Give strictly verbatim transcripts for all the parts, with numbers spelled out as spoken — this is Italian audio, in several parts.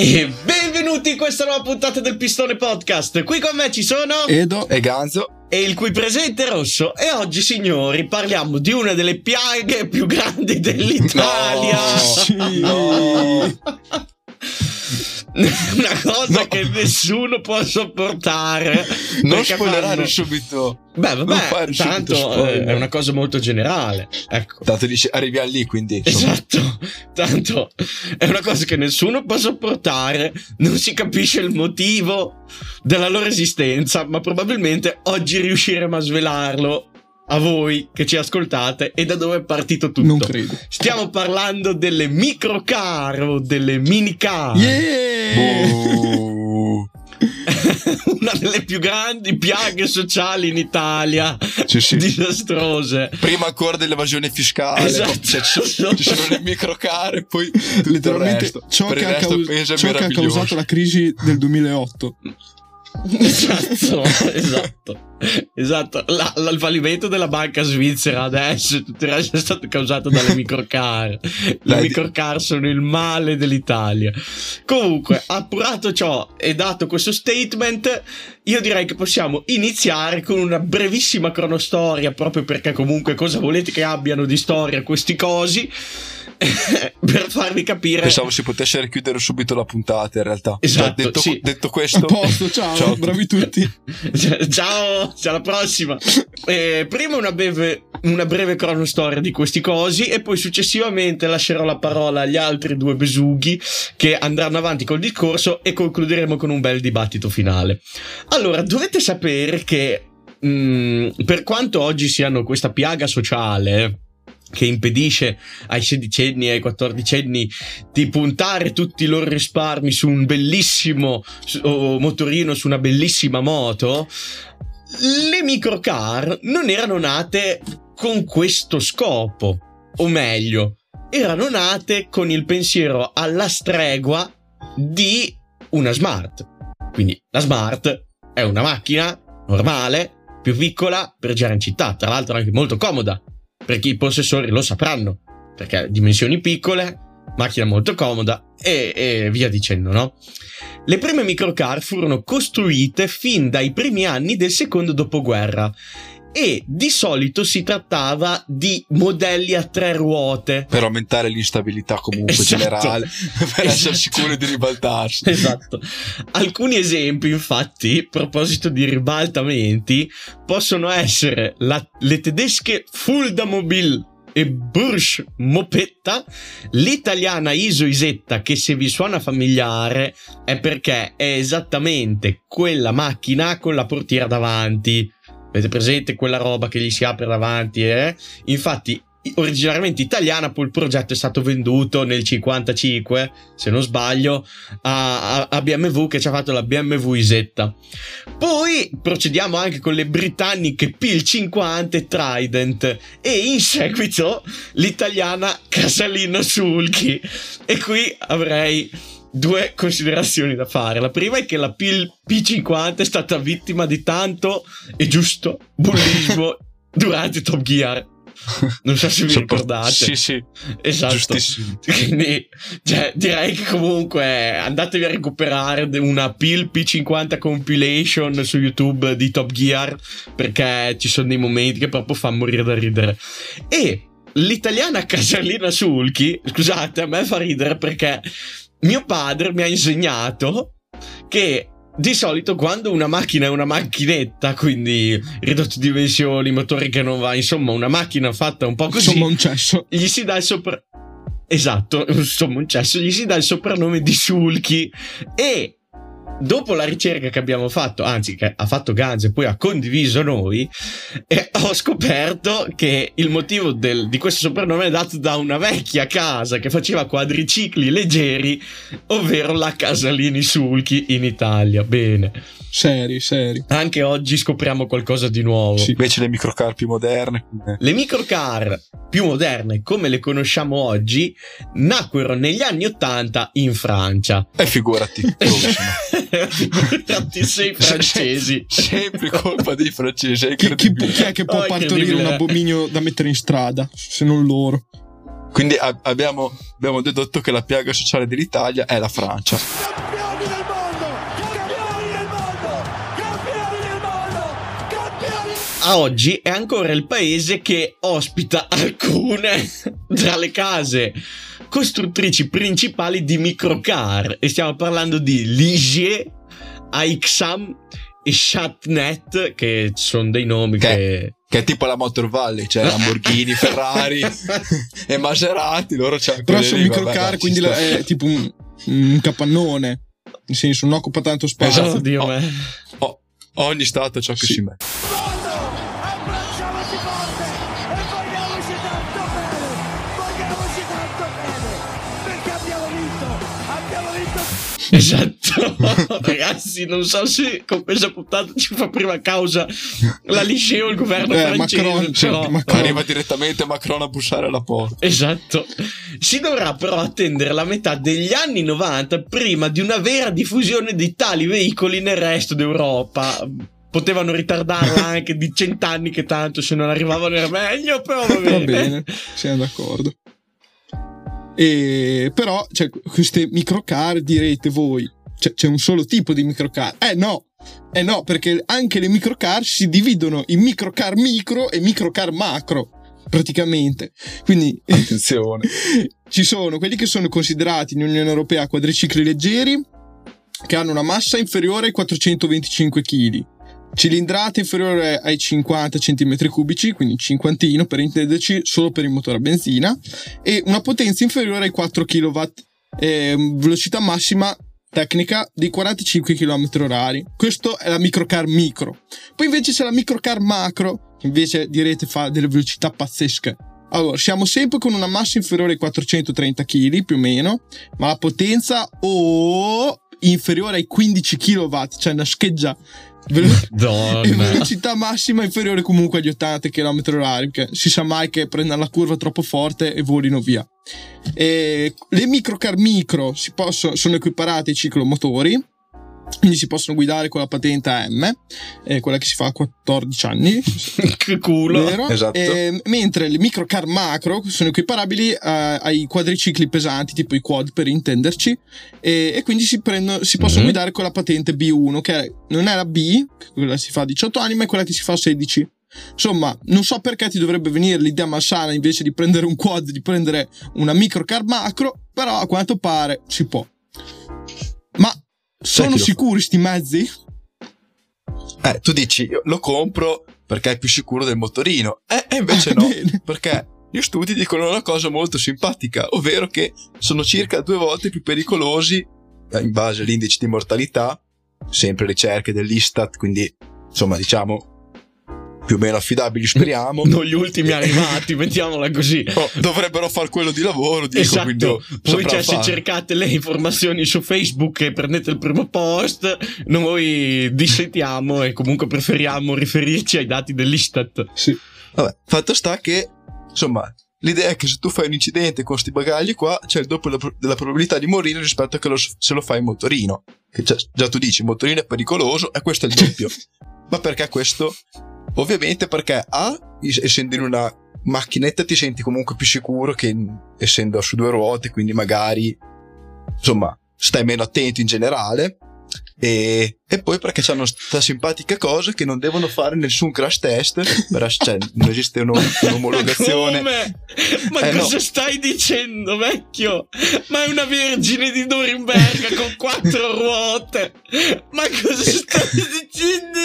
E benvenuti in questa nuova puntata del Pistone Podcast. Qui con me ci sono Edo e Ganzo e il cui presente è Rosso. E oggi, signori, parliamo di una delle piaghe più grandi dell'Italia. No, sì. No. Una cosa No. che nessuno può sopportare. Non perché spoilerare fanno- subito. Beh, Non vabbè, fare subito tanto spoiler. eh, è una cosa molto generale. Ecco. Tanto dice arriviamo lì, quindi insomma. Esatto, tanto è una cosa che nessuno può sopportare, non si capisce il motivo della loro esistenza, ma probabilmente oggi riusciremo a svelarlo a voi che ci ascoltate e da dove è partito tutto. Non credo. Stiamo parlando delle microcar o delle minicar. Yeah! Boh. Una delle più grandi piaghe sociali in Italia. Sì, sì. Disastrose. Prima ancora dell'evasione fiscale, Esatto. poi ci sono, ci sono le microcar e poi tutto Letteralmente il resto. ciò, Per che il ha, resto caus- penso è ciò che ha meraviglioso. causato la crisi del duemilaotto. Esatto, esatto, esatto. La, la- il fallimento della banca svizzera adesso e tutto il resto è stato causato dalle microcar. Le Dai, microcar sono il male dell'Italia. Comunque, appurato ciò e dato questo statement, io direi che possiamo iniziare con una brevissima cronostoria, proprio perché comunque cosa volete che abbiano di storia questi cosi, per farvi capire. Pensavo si potesse richiudere subito la puntata in realtà. Esatto, Cioè, detto, sì. detto A questo, posto, ciao, Ciao. bravi tutti. Ciao, ciao, alla prossima. Eh, prima una breve, una breve cronostoria di questi cosi e poi successivamente lascerò la parola agli altri due besughi che andranno avanti col discorso e concluderemo con un bel dibattito finale. Allora, dovete sapere che mh, per quanto oggi siano questa piaga sociale che impedisce ai sedicenni e ai quattordicenni di puntare tutti i loro risparmi su un bellissimo su- o motorino, su una bellissima moto, le microcar non erano nate con questo scopo, o meglio, erano nate con il pensiero alla stregua di una Smart. Quindi la Smart è una macchina normale, più piccola per girare in città, tra l'altro anche molto comoda, perché i possessori lo sapranno, perché dimensioni piccole, macchina molto comoda e, e via dicendo, no? Le prime microcar furono costruite fin dai primi anni del secondo dopoguerra e di solito si trattava di modelli a tre ruote. per aumentare l'instabilità comunque Esatto. generale, per essere Esatto. sicuri di ribaltarsi. Esatto. Alcuni esempi, infatti, a proposito di ribaltamenti, possono essere la- le tedesche Fuldamobil e Bursch Mopetta, l'italiana Iso Isetta, che se vi suona familiare è perché è esattamente quella macchina con la portiera davanti. Avete presente quella roba che gli si apre davanti? Eh? Infatti, originariamente italiana, poi il progetto è stato venduto nel cinquantacinque, se non sbaglio, a, a- a B M W, che ci ha fatto la B M W Isetta. Poi procediamo anche con le britanniche P il cinquanta e Trident e in seguito l'italiana Casalino Sulchi. E qui avrei due considerazioni da fare. La prima è che la P cinquanta è stata vittima di tanto e giusto bullismo durante Top Gear. Non so se vi Sopra- ricordate. Sì, sì, Esatto. giustissimo. Quindi, cioè, direi che comunque andatevi a recuperare una P cinquanta compilation su YouTube di Top Gear, perché ci sono dei momenti che proprio fanno morire da ridere. E l'italiana Casalina Sulchi, scusate, a me fa ridere perché mio padre mi ha insegnato che di solito quando una macchina è una macchinetta, quindi ridotte dimensioni, motori che non va, insomma una macchina fatta un po' così, Insomma, un cesso. gli si dà il sopra... Esatto, insomma un cesso, gli si dà il soprannome di Sulchi. E dopo la ricerca che abbiamo fatto, anzi che ha fatto Ganz e poi ha condiviso noi, eh, ho scoperto che il motivo del- di questo soprannome è dato da una vecchia casa che faceva quadricicli leggeri, ovvero la Casalini Sulchi in Italia. Bene, Seri, seri. anche oggi scopriamo qualcosa di nuovo. Sì. Invece le microcar più moderne, eh, Le microcar più moderne, come le conosciamo oggi, nacquero negli anni ottanta in Francia. e figurati dove sono. Figurati sei francesi. Sempre colpa dei francesi, è Chi, chi, incredibile. chi è che può Oh, partorire incredibile. un abominio da mettere in strada, se non loro? Quindi a- abbiamo, abbiamo dedotto che la piaga sociale dell'Italia è la Francia. Campioni del mondo! Campioni del mondo! Campioni del mondo! Campioni! A oggi è ancora il paese che ospita alcune tra le case costruttrici principali di microcar, e stiamo parlando di Ligier, Aixam e Chatnet, che sono dei nomi che... Che, che è tipo la Motor Valley, cioè Lamborghini, Ferrari e Maserati, loro c'hanno Però quelle sono lì, microcar, vabbè, quindi ci la- sta. è tipo un, un capannone. Nel senso, non occupa tanto spazio. Esatto. Oddio Oh. me. Oh, ogni stato ciò che Sì. si mette. Mondo! Abbracciamoci forte e vogliamoci tanto bene! Vogliamoci tanto bene! Perché abbiamo vinto! Abbiamo vinto! Esatto. Ragazzi, non so se con questa puntata ci fa prima causa la Ligier o il governo Eh, francese, Macron, cioè, però... Macron. Arriva direttamente Macron a bussare alla porta. Esatto. Si dovrà però attendere la metà degli anni novanta prima di una vera diffusione di tali veicoli nel resto d'Europa. Potevano ritardarla anche di cent'anni, che tanto se non arrivavano era meglio, però va bene. Va bene, siamo d'accordo. E però, cioè, queste microcar, direte voi, cioè, c'è un solo tipo di microcar. Eh no, eh no, perché anche le microcar si dividono in microcar micro e microcar macro, praticamente. Quindi Attenzione. ci sono quelli che sono considerati in Unione Europea quadricicli leggeri, che hanno una massa inferiore ai quattrocentoventicinque chili, cilindrata inferiore ai cinquanta centimetri cubici, quindi cinquantino per intenderci, solo per il motore a benzina, e una potenza inferiore ai quattro chilowatt, eh, velocità massima tecnica di quarantacinque chilometri orari. Questo è la microcar micro. Poi invece c'è la microcar macro, che invece direte fa delle velocità pazzesche. Allora, siamo sempre con una massa inferiore ai quattrocentotrenta chili più o meno, ma la potenza o inferiore ai quindici chilowatt, cioè una scheggia velo- e Donna. velocità massima inferiore comunque agli ottanta chilometri orari, perché si sa mai che prendano la curva troppo forte e volino via. E le microcar micro si possono, sono equiparate ai ciclomotori, quindi si possono guidare con la patente A M, eh, quella che si fa a quattordici anni, Che culo. vero? Esatto. E, mentre le microcar macro sono equiparabili eh, ai quadricicli pesanti, tipo i quad per intenderci, e, e quindi si, prendono, si possono Mhm. guidare con la patente B uno, che è- non è la B, quella si fa a diciotto anni, ma è quella che si fa a sedici. Insomma, non so perché ti dovrebbe venire l'idea malsana, invece di prendere un quad, di prendere una microcar macro, però a quanto pare si può. Ma sono chi lo fa? sicuri sti mezzi? Eh, tu dici, io lo compro perché è più sicuro del motorino. Eh, e invece no, Bene. perché gli studi dicono una cosa molto simpatica, ovvero che sono circa due volte più pericolosi, eh, in base all'indice di mortalità, sempre ricerche dell'Istat, quindi insomma diciamo più o meno affidabili, speriamo. Non gli ultimi arrivati, mettiamola così. Oh, dovrebbero fare quello di lavoro, dico, quindi Esatto. oh, Poi saprà cioè, se fare. cercate le informazioni su Facebook e prendete il primo post, noi dissentiamo e comunque preferiamo riferirci ai dati dell'Istat. Sì. Vabbè, fatto sta che, insomma, l'idea è che se tu fai un incidente con sti bagagli qua, c'è il doppio della- della probabilità di morire rispetto a che lo- se lo fai in motorino. Che già, già tu dici, il motorino è pericoloso, e questo è il doppio. Ma perché questo? Ovviamente perché A, es- essendo in una macchinetta ti senti comunque più sicuro che in- essendo su due ruote, quindi magari, insomma, stai meno attento in generale. E, e poi perché c'hanno sta simpatica cosa che non devono fare nessun crash test, per, cioè non esiste uno- un'omologazione. Come? Ma Eh, cosa no. stai dicendo, vecchio? Ma è una vergine di Norimberga con quattro ruote. Ma cosa stai dicendo?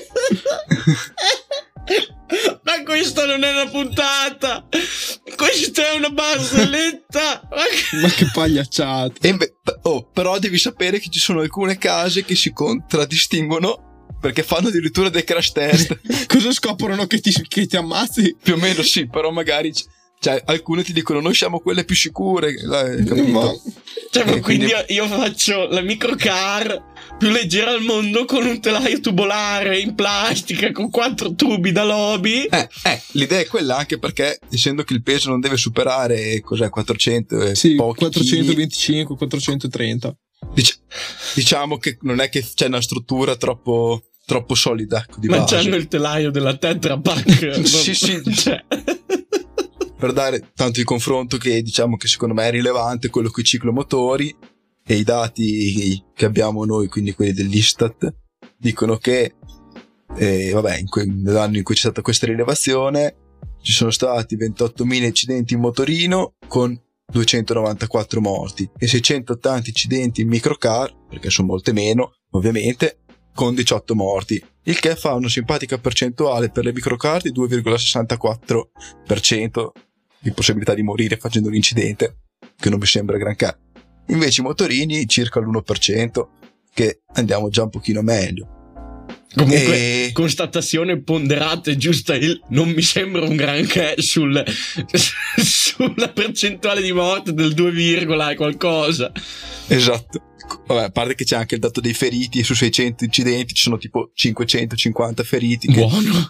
Ma questa non è una puntata. Questa è una barzelletta. Ma che- Ma che pagliacciata. E inve- oh, però devi sapere che ci sono alcune case che si contraddistinguono perché fanno addirittura dei crash test. Cosa scoprono che ti, che ti ammazzi? Più o meno sì, però magari c- cioè, alcune ti dicono noi siamo quelle più sicure, eh, capito? Ma- Cioè, ma E quindi quindi- io, io faccio la microcar più leggera al mondo con un telaio tubolare in plastica con quattro tubi da lobby. Eh, eh, l'idea è quella, anche perché essendo che il peso non deve superare cos'è quattrocento e Sì, pochi quattrocentoventicinque quattrocentotrenta. chili, dic- diciamo che non è che c'è una struttura troppo troppo solida, ecco, di Ma base. c'hanno il telaio della Tetra Pak. Sì, sì. Cioè, per dare tanto di confronto che diciamo che secondo me è rilevante quello con i ciclomotori, e i dati che abbiamo noi, quindi quelli dell'Istat, dicono che eh, vabbè, in que- nell'anno in cui c'è stata questa rilevazione ci sono stati ventottomila incidenti in motorino con duecentonovantaquattro morti e seicentottanta incidenti in microcar, perché sono molte meno ovviamente, con diciotto morti, il che fa una simpatica percentuale per le microcar di due virgola sessantaquattro per cento di possibilità di morire facendo l'incidente, che non mi sembra granché. Invece i motorini circa l'uno per cento, che andiamo già un pochino meglio. Comunque, E- constatazione ponderata e giusta, il non mi sembra un granché sul, sulla percentuale di morte del due, e qualcosa. Esatto. Vabbè, a parte che c'è anche il dato dei feriti, su seicento incidenti ci sono tipo cinquecentocinquanta feriti. Che... Buono.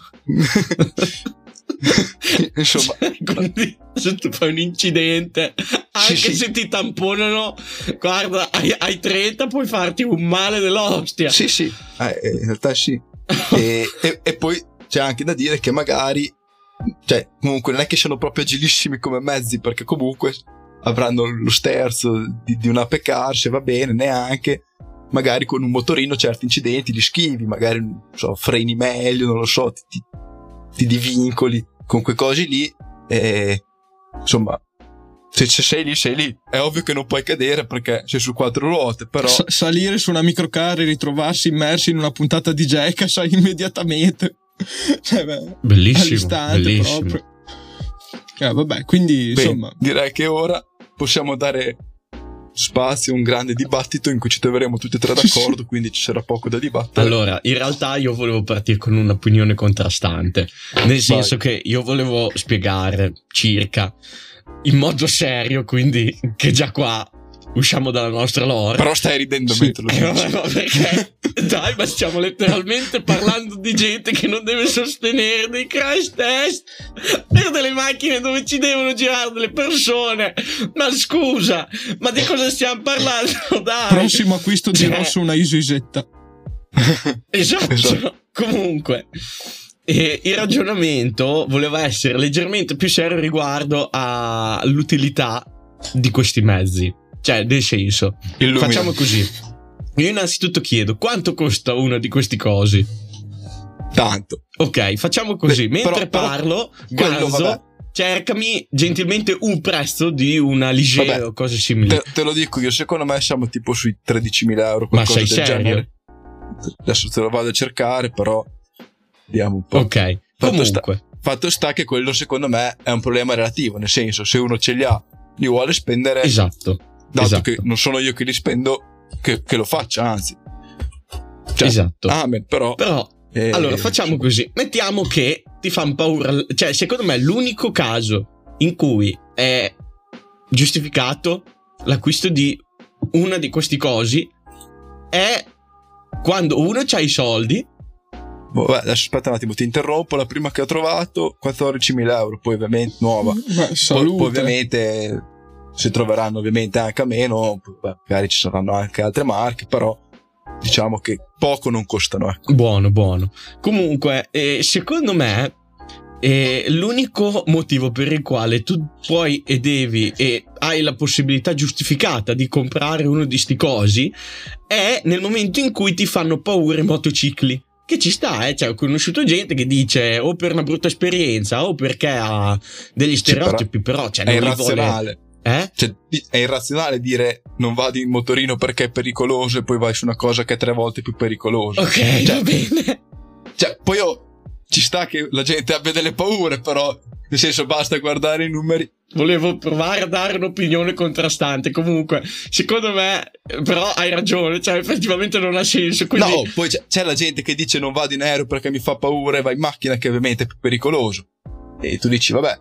Insomma, Quindi se tu fai un incidente, anche Sì, sì. se ti tamponano, guarda, ai, ai trenta puoi farti un male dell'ostia. sì, sì, eh, in realtà sì. E, e, e poi c'è anche da dire che magari, cioè, comunque non è che siano proprio agilissimi come mezzi, perché comunque avranno lo sterzo di, di una P-Car, se va bene, neanche. Magari con un motorino certi incidenti li schivi, magari non so, freni meglio, non lo so, ti, ti, ti divincoli con quei cosi lì. E insomma, se, se sei lì, sei lì. È ovvio che non puoi cadere perché sei su quattro ruote, però Sa- salire su una microcar e ritrovarsi immersi in una puntata di Jackass sai immediatamente. Cioè, beh, Bellissimo, all'istante bellissimo. proprio. Eh, vabbè, quindi beh, insomma, direi che ora possiamo dare spazio a un grande dibattito in cui ci troveremo tutti e tre d'accordo, quindi ci sarà poco da dibattere. Allora, in realtà io volevo partire con un'opinione contrastante, nel senso che io volevo spiegare circa in modo serio, quindi che già qua usciamo dalla nostra lore. Però stai ridendo Sì. mentre lo Eh, vabbè, dici. ma perché? Dai, ma stiamo letteralmente parlando di gente che non deve sostenere dei crash test per delle macchine dove ci devono girare delle persone. Ma scusa, ma di cosa stiamo parlando? Dai. prossimo acquisto di Cioè- Rosso una Isoisetta. Esatto. Esatto. Comunque, eh, il ragionamento voleva essere leggermente più serio riguardo all'utilità di questi mezzi. Cioè, nel senso, Illumina. facciamo così. Io innanzitutto chiedo quanto costa uno di questi cosi. Tanto. Ok, facciamo così. Beh, Mentre però- però parlo, quello, vabbè. Ganzo, cercami gentilmente un prezzo di una Ligier Vabbè, o cose simili. Te, te lo dico io, secondo me siamo tipo sui tredicimila euro, Ma qualcosa sei del serio? genere. Adesso te lo vado a cercare, però vediamo un po'. Ok, Fatto sta, comunque. fatto sta che quello secondo me è un problema relativo, nel senso, se uno ce li ha, li vuole spendere, Esatto. dato esatto. che non sono io che li spendo, che, che lo faccia, anzi. Cioè, Esatto. Amen, però... Però, eh, allora, facciamo così. Mettiamo che ti fanno paura. Cioè, secondo me, l'unico caso in cui è giustificato l'acquisto di una di questi cosi è quando uno c'ha i soldi. boh, vabbè, adesso aspetta un attimo, ti interrompo. La prima che ho trovato, quattordicimila euro, poi ovviamente nuova. Beh, Poi, salute. poi ovviamente si troveranno ovviamente anche a meno, beh, magari ci saranno anche altre marche, però diciamo che poco non costano, ecco. Buono, buono. Comunque, eh, secondo me, eh, l'unico motivo per il quale tu puoi e devi e hai la possibilità giustificata di comprare uno di sti cosi è nel momento in cui ti fanno paura i motocicli. Che ci sta, eh? Cioè, ho conosciuto gente che dice o per una brutta esperienza o perché ha degli stereotipi, però, cioè, È non li vuole... irrazionale. Eh? Cioè, di- è irrazionale dire non vado in motorino perché è pericoloso e poi vai su una cosa che è tre volte più pericolosa. Ok, Cioè, va bene. Cioè, poi oh, ci sta che la gente abbia delle paure, però nel senso basta guardare i numeri. Volevo provare a dare un'opinione contrastante. Comunque, secondo me, però hai ragione, cioè effettivamente non ha senso. Quindi... No, poi c'è, c'è la gente che dice non vado in aereo perché mi fa paura e va in macchina, che ovviamente è più pericoloso. E tu dici vabbè,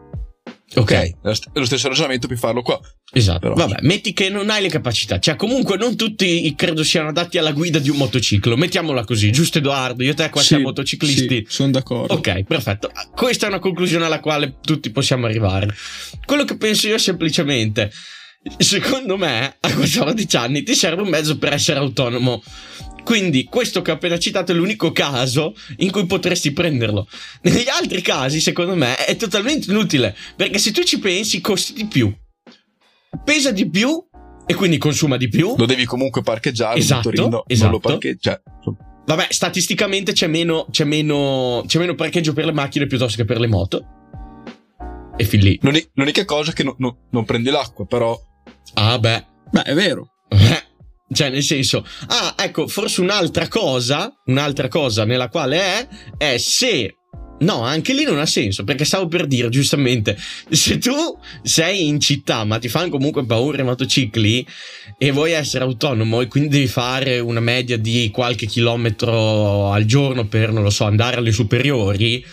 ok, è lo st- è lo stesso ragionamento, puoi farlo qua. esatto. Però- Vabbè, metti che non hai le capacità. Cioè, comunque, non tutti credo siano adatti alla guida di un motociclo. Mettiamola così, giusto, Edoardo? Io e te qua Sì, siamo motociclisti. sì, sono d'accordo. Ok, perfetto. Questa è una conclusione alla quale tutti possiamo arrivare. Quello che penso io è semplicemente secondo me a quattordici anni ti serve un mezzo per essere autonomo. Quindi questo che ho appena citato è l'unico caso in cui potresti prenderlo. Negli altri casi, secondo me, è totalmente inutile, perché se tu ci pensi costi di più, pesa di più e quindi consuma di più. Lo devi comunque parcheggiare, esatto, il motorino esatto. non lo parcheggia. Vabbè, statisticamente c'è meno, c'è meno, c'è meno parcheggio per le macchine piuttosto che per le moto. E fin lì. L'unica, l'unica cosa è che no, no, non prendi l'acqua, però. Ah, beh. Beh, è vero. Cioè, nel senso, ah, ecco, forse un'altra cosa, un'altra cosa nella quale è, è se, no, anche lì non ha senso, perché stavo per dire, giustamente, se tu sei in città, ma ti fanno comunque paura i motocicli e vuoi essere autonomo e quindi devi fare una media di qualche chilometro al giorno per, non lo so, andare alle superiori,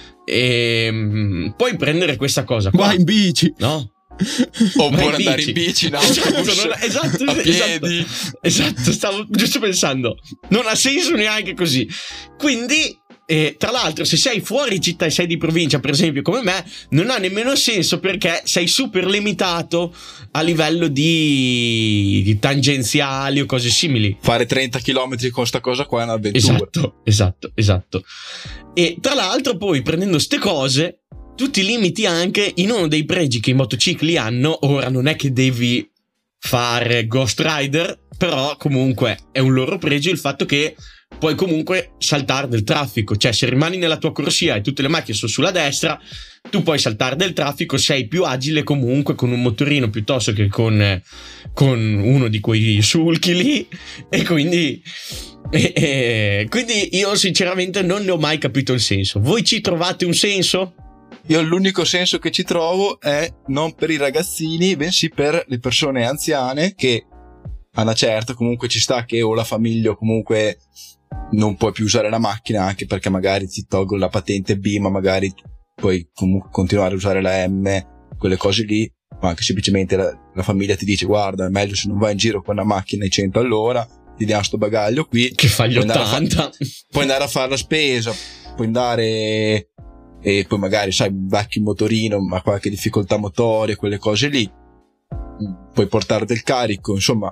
e puoi prendere questa cosa qua. Vai in bici. No? Oppure andare in bici, no? Esatto, non, esatto, a piedi. Esatto, esatto, stavo giusto pensando. Non ha senso neanche così. Quindi, eh, tra l'altro, se sei fuori città e sei di provincia, per esempio, come me, non ha nemmeno senso perché sei super limitato a livello di, di tangenziali o cose simili. Fare trenta chilometri con sta cosa qua è un'avventura. Esatto, esatto, esatto. E tra l'altro, poi prendendo ste cose, tu ti limiti anche in uno dei pregi che i motocicli hanno. Ora non è che devi fare Ghost Rider, però comunque è un loro pregio il fatto che puoi comunque saltare del traffico. Cioè, se rimani nella tua corsia e tutte le macchine sono sulla destra, tu puoi saltare del traffico, sei più agile comunque con un motorino piuttosto che con, con uno di quei sulchi lì. E quindi e, e, quindi io sinceramente non ne ho mai capito il senso. Voi ci trovate un senso? Io l'unico senso che ci trovo è non per i ragazzini, bensì per le persone anziane che a una certa comunque ci sta che o la famiglia o comunque non puoi più usare la macchina, anche perché magari ti tolgono la patente B, ma magari puoi comunque continuare a usare la M, quelle cose lì, ma anche semplicemente la, la famiglia ti dice guarda è meglio se non vai in giro con una macchina ai cento all'ora, ti diamo sto bagaglio qui che fa gli ottanta, fa- puoi andare a fare la spesa, puoi andare... E poi magari, sai, un vecchio motorino, ma qualche difficoltà motoria, quelle cose lì, puoi portare del carico, insomma,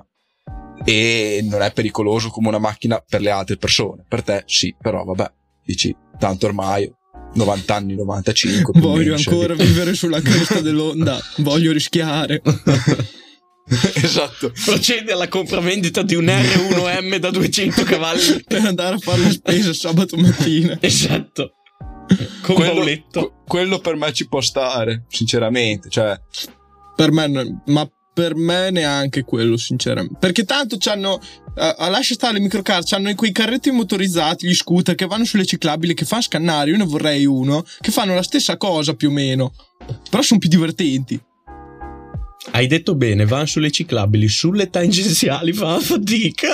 e non è pericoloso come una macchina per le altre persone. Per te sì, però vabbè, dici, tanto ormai novanta anni, novantacinque. Voglio ancora di... vivere sulla cresta dell'onda, voglio rischiare. Esatto. Procedi alla compravendita di un R uno M da duecento cavalli per andare a fare la spesa sabato mattina. Esatto. Con quello, Pauletto. Quello per me ci può stare, sinceramente, cioè per me no, ma per me neanche quello, sinceramente, perché tanto c'hanno uh, lascia stare le microcar, c'hanno quei carretti motorizzati, gli scooter che vanno sulle ciclabili, che fanno scannare. Io ne vorrei uno che fanno la stessa cosa più o meno, però sono più divertenti. Hai detto bene, vanno sulle ciclabili, sulle tangenziali fa fatica.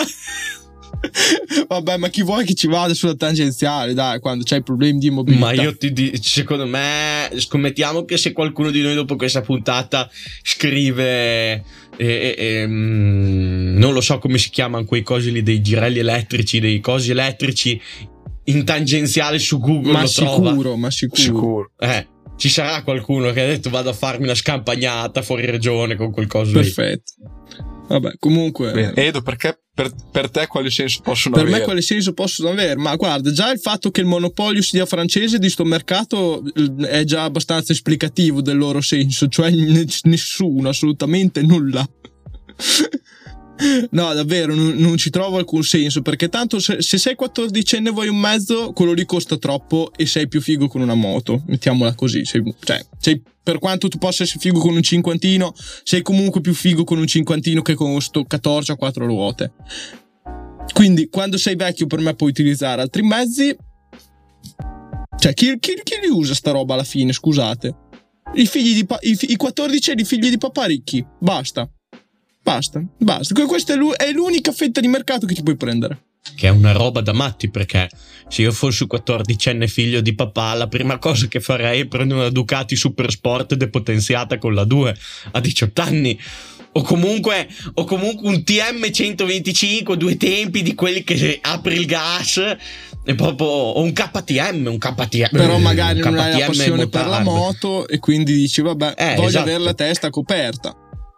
Vabbè, ma chi vuoi che ci vada sulla tangenziale, dai, quando c'hai problemi di mobilità? Ma io ti dico, secondo me, scommettiamo che se qualcuno di noi dopo questa puntata scrive eh, eh, mm, non lo so come si chiamano quei cosi lì, dei girelli elettrici, dei cosi elettrici in tangenziale su Google, ma lo sicuro, trova. ma sicuro, sicuro. Eh, ci sarà qualcuno che ha detto vado a farmi una scampagnata fuori regione con quel coso lì. Perfetto. Vabbè, comunque bene. Edo, perché per, per te quale senso possono per avere? Per me quale senso possono avere? Ma guarda, già il fatto che il monopolio sia francese di sto mercato è già abbastanza esplicativo del loro senso, cioè n- nessuno, assolutamente nulla. No, davvero, non, non ci trovo alcun senso, perché tanto se, se sei quattordicenne e vuoi un mezzo, quello lì costa troppo e sei più figo con una moto, mettiamola così, sei, cioè, sei, per quanto tu possa essere figo con un cinquantino, sei comunque più figo con un cinquantino che con sto quattordici a quattro ruote. Quindi quando sei vecchio per me puoi utilizzare altri mezzi, cioè chi, chi, chi li usa sta roba alla fine, scusate? I figli di pa- i, i quattordicenni figli di papà ricchi, basta. Basta, basta. Questa è l'unica fetta di mercato che ti puoi prendere. Che è una roba da matti, perché se io fossi quattordicenne figlio di papà, la prima cosa che farei è prendere una Ducati Super Sport depotenziata con la due a diciotto anni. O comunque, o comunque un T M centoventicinque, due tempi di quelli che apri il gas e proprio, o un K T M, un K T M. Però magari non K T M hai la passione per la moto e quindi dici vabbè, eh, voglio esatto. avere la testa coperta.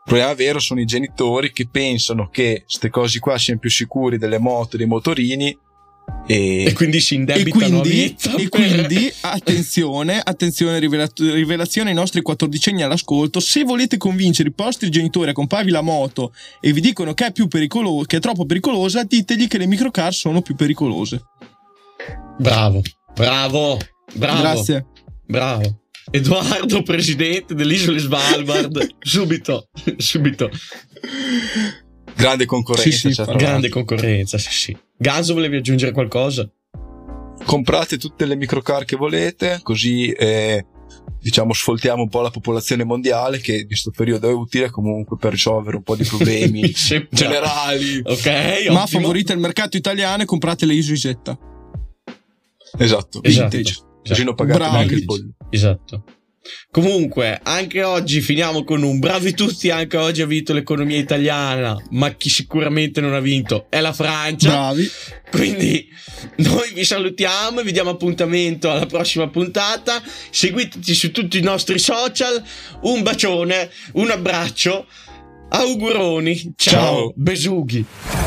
Il problema vero sono i genitori che pensano che ste cose qua siano più sicuri delle moto e dei motorini e, e quindi si E indebitano a quindi, vita e per- quindi attenzione, attenzione, rivela- rivelazione ai nostri quattordicenni all'ascolto: se volete convincere i vostri genitori a comprarvi la moto e vi dicono che è più pericoloso, che è troppo pericolosa, ditegli che le microcar sono più pericolose. Bravo, bravo, bravo. Grazie. Bravo. Edoardo, presidente dell'isola Svalbard. subito, subito. grande concorrenza. Sì, sì, cioè, tra Grande l'altro. concorrenza, sì, sì. Ganzo, volevi aggiungere qualcosa? Comprate tutte le microcar che volete, così eh, diciamo sfoltiamo un po' la popolazione mondiale, che in questo periodo è utile comunque per risolvere un po' di problemi Mi sembra- generali. Ok, Ma ottimo. favorite il mercato italiano e comprate le Isoisetta. Esatto, Esatto. vintage. Esatto. Così non pagate Bravi. neanche il bollo. Esatto. Comunque, anche oggi finiamo con un bravi tutti. Anche oggi ha vinto l'economia italiana, ma chi sicuramente non ha vinto è la Francia. Bravi. Quindi noi vi salutiamo e vi diamo appuntamento alla prossima puntata. Seguiteci su tutti i nostri social. Un bacione, un abbraccio, auguroni, ciao, Ciao. Besughi.